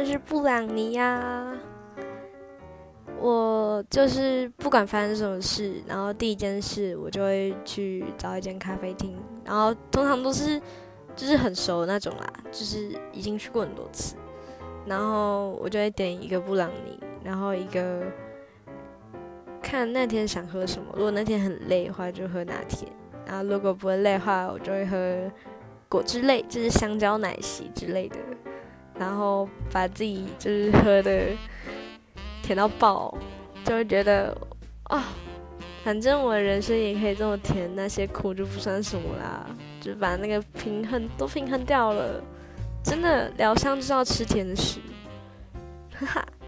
然是布朗尼呀。我就是不管发生什么事，然后第一件事我就会去找一间咖啡厅，然后通常都是就是很熟的那种啦，就是已经去过很多次，然后我就会点一个布朗尼，然后一个看那天想喝什么，如果那天很累的话就喝拿铁，然后如果不会累的话我就会喝果汁类，就是香蕉奶昔之类的，然后把自己就是喝的甜到爆，就会觉得啊，反正我的人生也可以这么甜，那些苦就不算什么啦，就把那个平衡都平衡掉了。真的疗伤就是要吃甜食，哈哈。